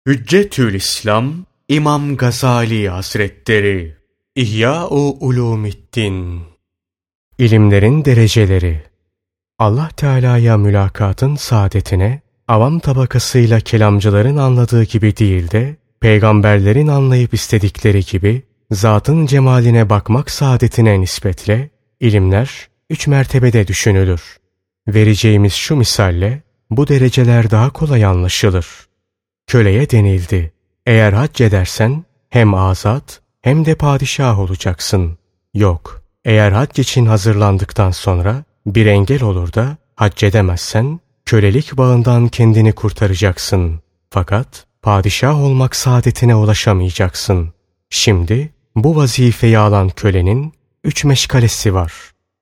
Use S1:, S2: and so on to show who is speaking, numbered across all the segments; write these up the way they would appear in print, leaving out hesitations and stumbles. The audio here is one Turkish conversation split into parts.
S1: Hüccetül İslam İmam Gazali Hazretleri İhya-u Ulûmiddin. İlimlerin dereceleri. Allah Teala'ya mülakatın saadetine, avam tabakasıyla kelamcıların anladığı gibi değil de, peygamberlerin anlayıp istedikleri gibi, zatın cemaline bakmak saadetine nispetle, ilimler 3 mertebede düşünülür. Vereceğimiz şu misalle, bu dereceler daha kolay anlaşılır. Köleye denildi, eğer hac edersen hem azat hem de padişah olacaksın. Yok, eğer hac için hazırlandıktan sonra bir engel olur da hac edemezsen kölelik bağından kendini kurtaracaksın. Fakat padişah olmak saadetine ulaşamayacaksın. Şimdi bu vazifeyi alan kölenin 3 meşgalesi var.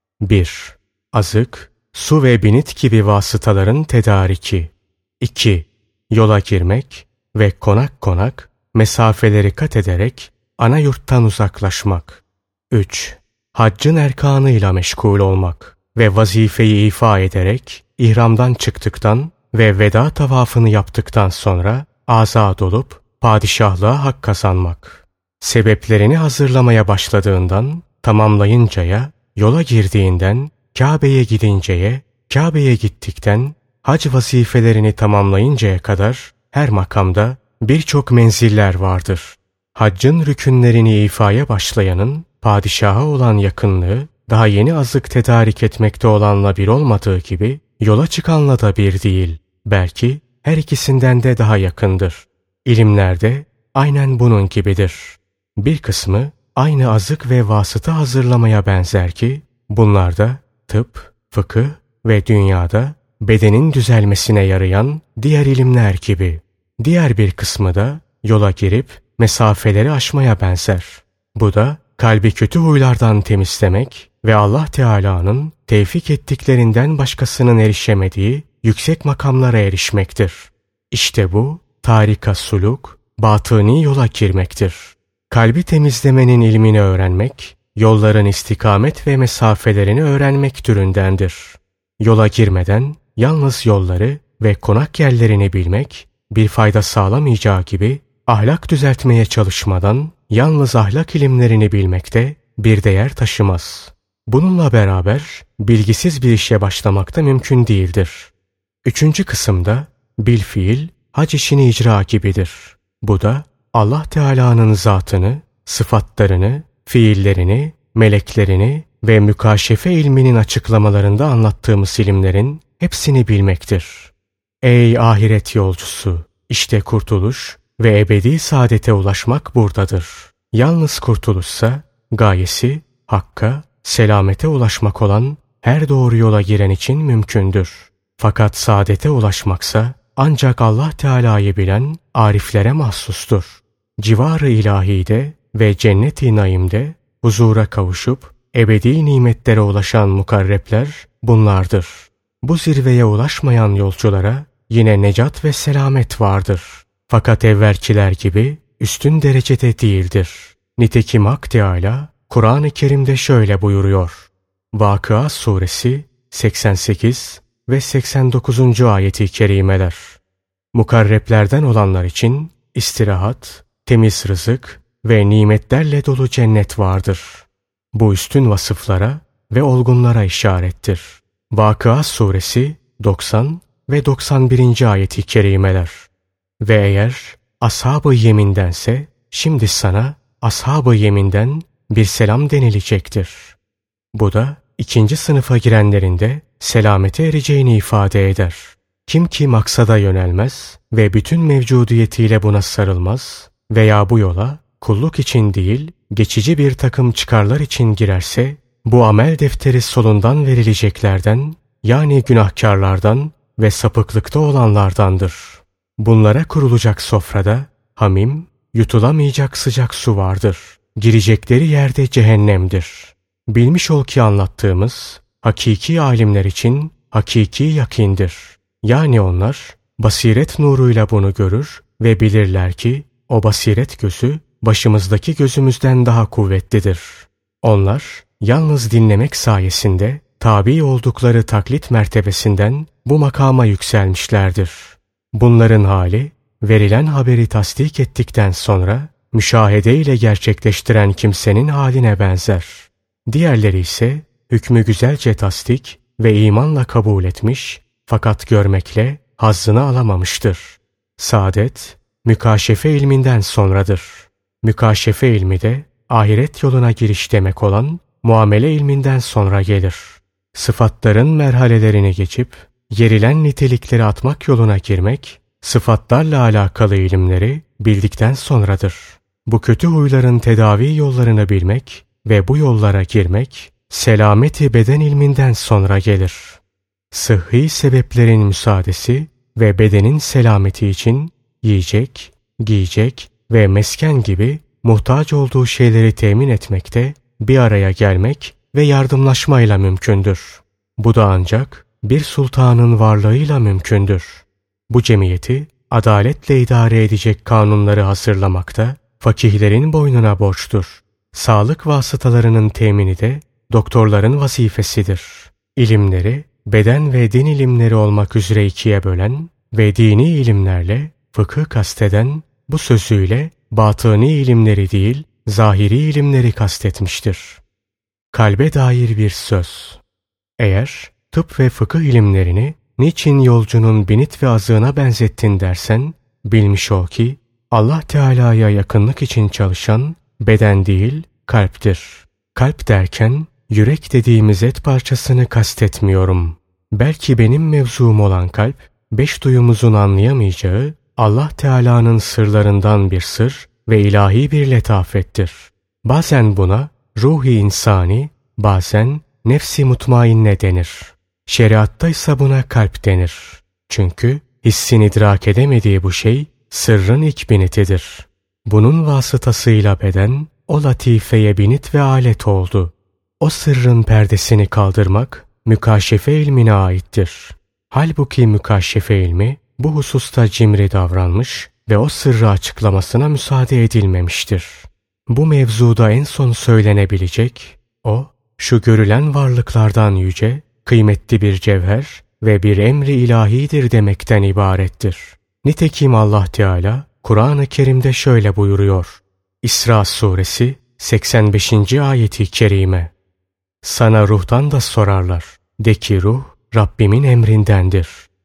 S1: 1. Azık, su ve binit gibi vasıtaların tedariki. 2. Yola girmek ve konak konak mesafeleri kat ederek ana yurttan uzaklaşmak. 3. Haccın erkanıyla meşgul olmak ve vazifeyi ifa ederek ihramdan çıktıktan ve veda tavafını yaptıktan sonra azad olup padişahlığa hak kazanmak. Sebeplerini hazırlamaya başladığından tamamlayıncaya, yola girdiğinden Kabe'ye gidinceye, Kabe'ye gittikten hac vazifelerini tamamlayıncaya kadar her makamda birçok menziller vardır. Haccın rükünlerini ifaya başlayanın padişaha olan yakınlığı daha yeni azık tedarik etmekte olanla bir olmadığı gibi yola çıkanla da bir değil. Belki her ikisinden de daha yakındır. İlimlerde aynen bunun gibidir. Bir kısmı aynı azık ve vasıta hazırlamaya benzer ki bunlar da tıp, fıkıh ve dünyada bedenin düzelmesine yarayan diğer ilimler gibi. Diğer bir kısmı da yola girip mesafeleri aşmaya benzer. Bu da kalbi kötü huylardan temizlemek ve Allah Teala'nın tevfik ettiklerinden başkasının erişemediği yüksek makamlara erişmektir. İşte bu tarika suluk, batıni yola girmektir. Kalbi temizlemenin ilmini öğrenmek, yolların istikamet ve mesafelerini öğrenmek türündendir. Yola girmeden yalnız yolları ve konak yerlerini bilmek bir fayda sağlamayacağı gibi ahlak düzeltmeye çalışmadan yalnız ahlak ilimlerini bilmek de bir değer taşımaz. Bununla beraber bilgisiz bir işe başlamak da mümkün değildir. 3. kısımda bilfiil hac işini icra gibidir. Bu da Allah Teala'nın zatını, sıfatlarını, fiillerini, meleklerini ve mükaşefe ilminin açıklamalarında anlattığımız ilimlerin hepsini bilmektir. Ey ahiret yolcusu! İşte kurtuluş ve ebedi saadete ulaşmak buradadır. Yalnız kurtuluşsa gayesi hakka, selamete ulaşmak olan her doğru yola giren için mümkündür. Fakat saadete ulaşmaksa ancak Allah Teala'yı bilen ariflere mahsustur. Civar-ı ilahide ve cennet-i naimde huzura kavuşup ebedi nimetlere ulaşan mukarrepler bunlardır. Bu zirveye ulaşmayan yolculara yine necat ve selamet vardır. Fakat evvelkiler gibi üstün derecede değildir. Nitekim Hak Teâlâ Kur'an-ı Kerim'de şöyle buyuruyor. Vakıa Suresi 88 ve 89. ayeti kerimeler. Mukarreplerden olanlar için istirahat, temiz rızık ve nimetlerle dolu cennet vardır. Bu üstün vasıflara ve olgunlara işarettir. Vakıa Suresi 90 ve 91. ayeti kerimeler. Ve eğer ashab-ı yemindense şimdi sana ashab-ı yeminden bir selam denilecektir. Bu da 2. sınıfa girenlerin de selamete ereceğini ifade eder. Kim ki maksada yönelmez ve bütün mevcudiyetiyle buna sarılmaz veya bu yola kulluk için değil geçici bir takım çıkarlar için girerse bu amel defteri solundan verileceklerden yani günahkarlardan ve sapıklıkta olanlardandır. Bunlara kurulacak sofrada hamim, yutulamayacak sıcak su vardır. Girecekleri yerde cehennemdir. Bilmiş ol ki anlattığımız hakiki alimler için hakiki yakindir. Yani onlar basiret nuruyla bunu görür ve bilirler ki o basiret gözü başımızdaki gözümüzden daha kuvvetlidir. Onlar yalnız dinlemek sayesinde tabi oldukları taklit mertebesinden bu makama yükselmişlerdir. Bunların hali verilen haberi tasdik ettikten sonra müşahede ile gerçekleştiren kimsenin haline benzer. Diğerleri ise hükmü güzelce tasdik ve imanla kabul etmiş fakat görmekle hazzını alamamıştır. Saadet, mükaşefe ilminden sonradır. Mükaşefe ilmi de ahiret yoluna giriş demek olan muamele ilminden sonra gelir. Sıfatların merhalelerini geçip yerilen nitelikleri atmak yoluna girmek, sıfatlarla alakalı ilimleri bildikten sonradır. Bu kötü huyların tedavi yollarını bilmek ve bu yollara girmek, selameti beden ilminden sonra gelir. Sıhhi sebeplerin müsaadesi ve bedenin selameti için yiyecek, giyecek ve mesken gibi muhtaç olduğu şeyleri temin etmekte bir araya gelmek ve yardımlaşmayla mümkündür. Bu da ancak bir sultanın varlığıyla mümkündür. Bu cemiyeti adaletle idare edecek kanunları hazırlamakta fakihlerin boynuna borçtur. Sağlık vasıtalarının temini de doktorların vazifesidir. İlimleri beden ve din ilimleri olmak üzere ikiye bölen ve dini ilimlerle fıkıh kasteden bu sözüyle batıni ilimleri değil, zahiri ilimleri kastetmiştir. Kalbe dair bir söz. Eğer tıp ve fıkıh ilimlerini niçin yolcunun binit ve azığına benzettin dersen, bilmiş ol ki Allah Teala'ya yakınlık için çalışan beden değil, kalptir. Kalp derken yürek dediğimiz et parçasını kastetmiyorum. Belki benim mevzum olan kalp, 5 duyumuzun anlayamayacağı Allah Teala'nın sırlarından bir sır ve ilahi bir letafettir. Bazen buna ruh-i insani, bazen nefs-i mutmainne denir. Şeriatta ise buna kalp denir. Çünkü hissin idrak edemediği bu şey sırrın ilk binitidir. Bunun vasıtasıyla beden o latifeye binit ve alet oldu. O sırrın perdesini kaldırmak mükaşefe ilmine aittir. Halbuki mükaşefe ilmi bu hususta cimri davranmış ve o sırrı açıklamasına müsaade edilmemiştir. Bu mevzuda en son söylenebilecek, o, şu görülen varlıklardan yüce, kıymetli bir cevher ve bir emri ilahidir demekten ibarettir. Nitekim Allah Teala, Kur'an-ı Kerim'de şöyle buyuruyor. İsra suresi 85. ayeti kerime. Sana ruhtan da sorarlar. De ki ruh, Rabbimin emrindendir.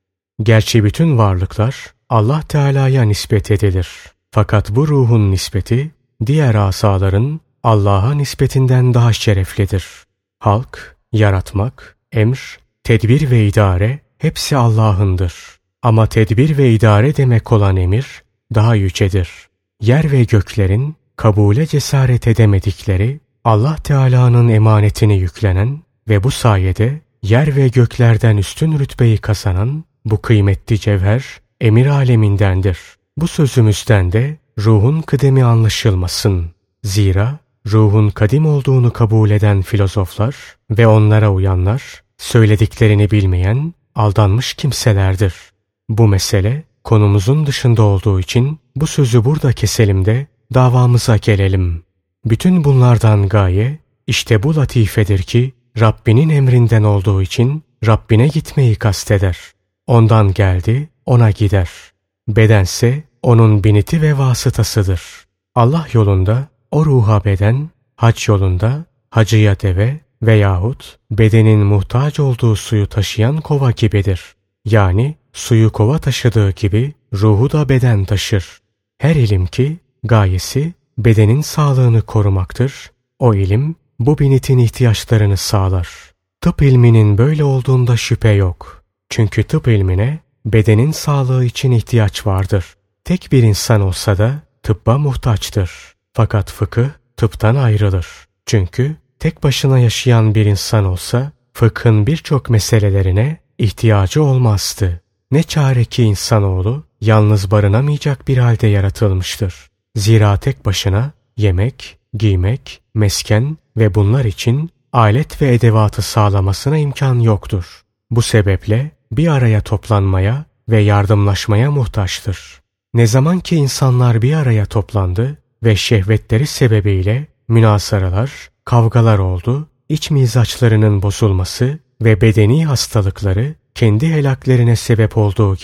S1: Gerçi bütün varlıklar Allah Teala'ya nispet edilir. Fakat bu ruhun nispeti diğer asaların Allah'a nispetinden daha şereflidir. Halk, yaratmak, emr, tedbir ve idare hepsi Allah'ındır. Ama tedbir ve idare demek olan emir daha yücedir. Yer ve göklerin kabule cesaret edemedikleri Allah Teala'nın emanetini yüklenen ve bu sayede yer ve göklerden üstün rütbeyi kazanan bu kıymetli cevher emir alemindendir. Bu sözümüzden de ruhun kıdemi anlaşılmasın. Zira ruhun kadim olduğunu kabul eden filozoflar ve onlara uyanlar söylediklerini bilmeyen aldanmış kimselerdir. Bu mesele konumuzun dışında olduğu için bu sözü burada keselim de davamıza gelelim. Bütün bunlardan gaye işte bu latifedir ki Rabbinin emrinden olduğu için Rabbine gitmeyi kasteder. Ondan geldi, ona gider. Bedense onun biniti ve vasıtasıdır. Allah yolunda o ruha beden, hac yolunda hacıya deve veyahut bedenin muhtaç olduğu suyu taşıyan kova gibidir. Yani suyu kova taşıdığı gibi ruhu da beden taşır. Her ilim ki gayesi bedenin sağlığını korumaktır. O ilim bu binitin ihtiyaçlarını sağlar. Tıp ilminin böyle olduğunda şüphe yok. Çünkü tıp ilmine bedenin sağlığı için ihtiyaç vardır. Tek bir insan olsa da tıbba muhtaçtır. Fakat fıkıh tıptan ayrılır. Çünkü tek başına yaşayan bir insan olsa fıkhın birçok meselelerine ihtiyacı olmazdı. Ne çare ki insanoğlu yalnız barınamayacak bir halde yaratılmıştır. Zira tek başına yemek, giymek, mesken ve bunlar için alet ve edevatı sağlamasına imkan yoktur. Bu sebeple bir araya toplanmaya ve yardımlaşmaya muhtaçtır. Ne zaman ki insanlar bir araya toplandı ve şehvetleri sebebiyle münasaralar, kavgalar oldu, iç mizaçlarının bozulması ve bedeni hastalıkları kendi helaklerine sebep olduğu gibi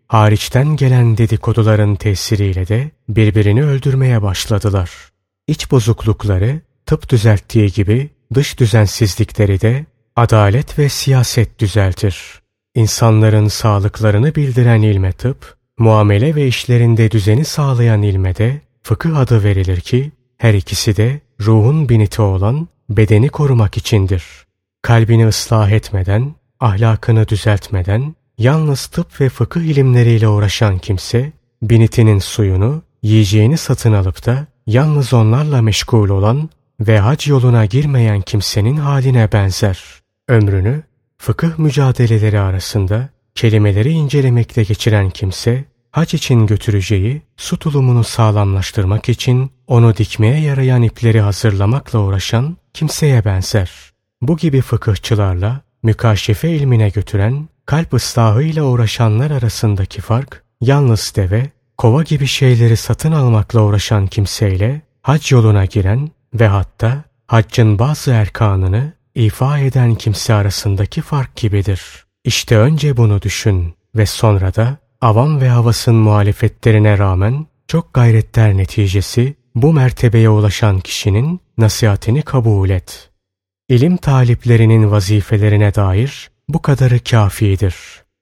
S1: hariçten gelen dedikoduların tesiriyle de birbirini öldürmeye başladılar. İç bozuklukları tıp düzelttiği gibi dış düzensizlikleri de adalet ve siyaset düzeltir. İnsanların sağlıklarını bildiren ilme tıp, muamele ve işlerinde düzeni sağlayan ilme de fıkıh adı verilir ki her ikisi de ruhun biniti olan bedeni korumak içindir. Kalbini ıslah etmeden, ahlakını düzeltmeden yalnız tıp ve fıkıh ilimleriyle uğraşan kimse, binitinin suyunu, yiyeceğini satın alıp da yalnız onlarla meşgul olan ve hac yoluna girmeyen kimsenin haline benzer. Ömrünü fıkıh mücadeleleri arasında kelimeleri incelemekle geçiren kimse, hac için götüreceği su tulumunu sağlamlaştırmak için onu dikmeye yarayan ipleri hazırlamakla uğraşan kimseye benzer. Bu gibi fıkıhçılarla mükaşefe ilmine götüren, kalp ıslahıyla uğraşanlar arasındaki fark, yalnız deve, kova gibi şeyleri satın almakla uğraşan kimseyle hac yoluna giren ve hatta haccın bazı erkanını ifa eden kimse arasındaki fark gibidir. İşte önce bunu düşün ve sonra da avam ve havasın muhalefetlerine rağmen çok gayretler neticesi bu mertebeye ulaşan kişinin nasihatini kabul et. İlim taliplerinin vazifelerine dair bu kadarı kâfidir.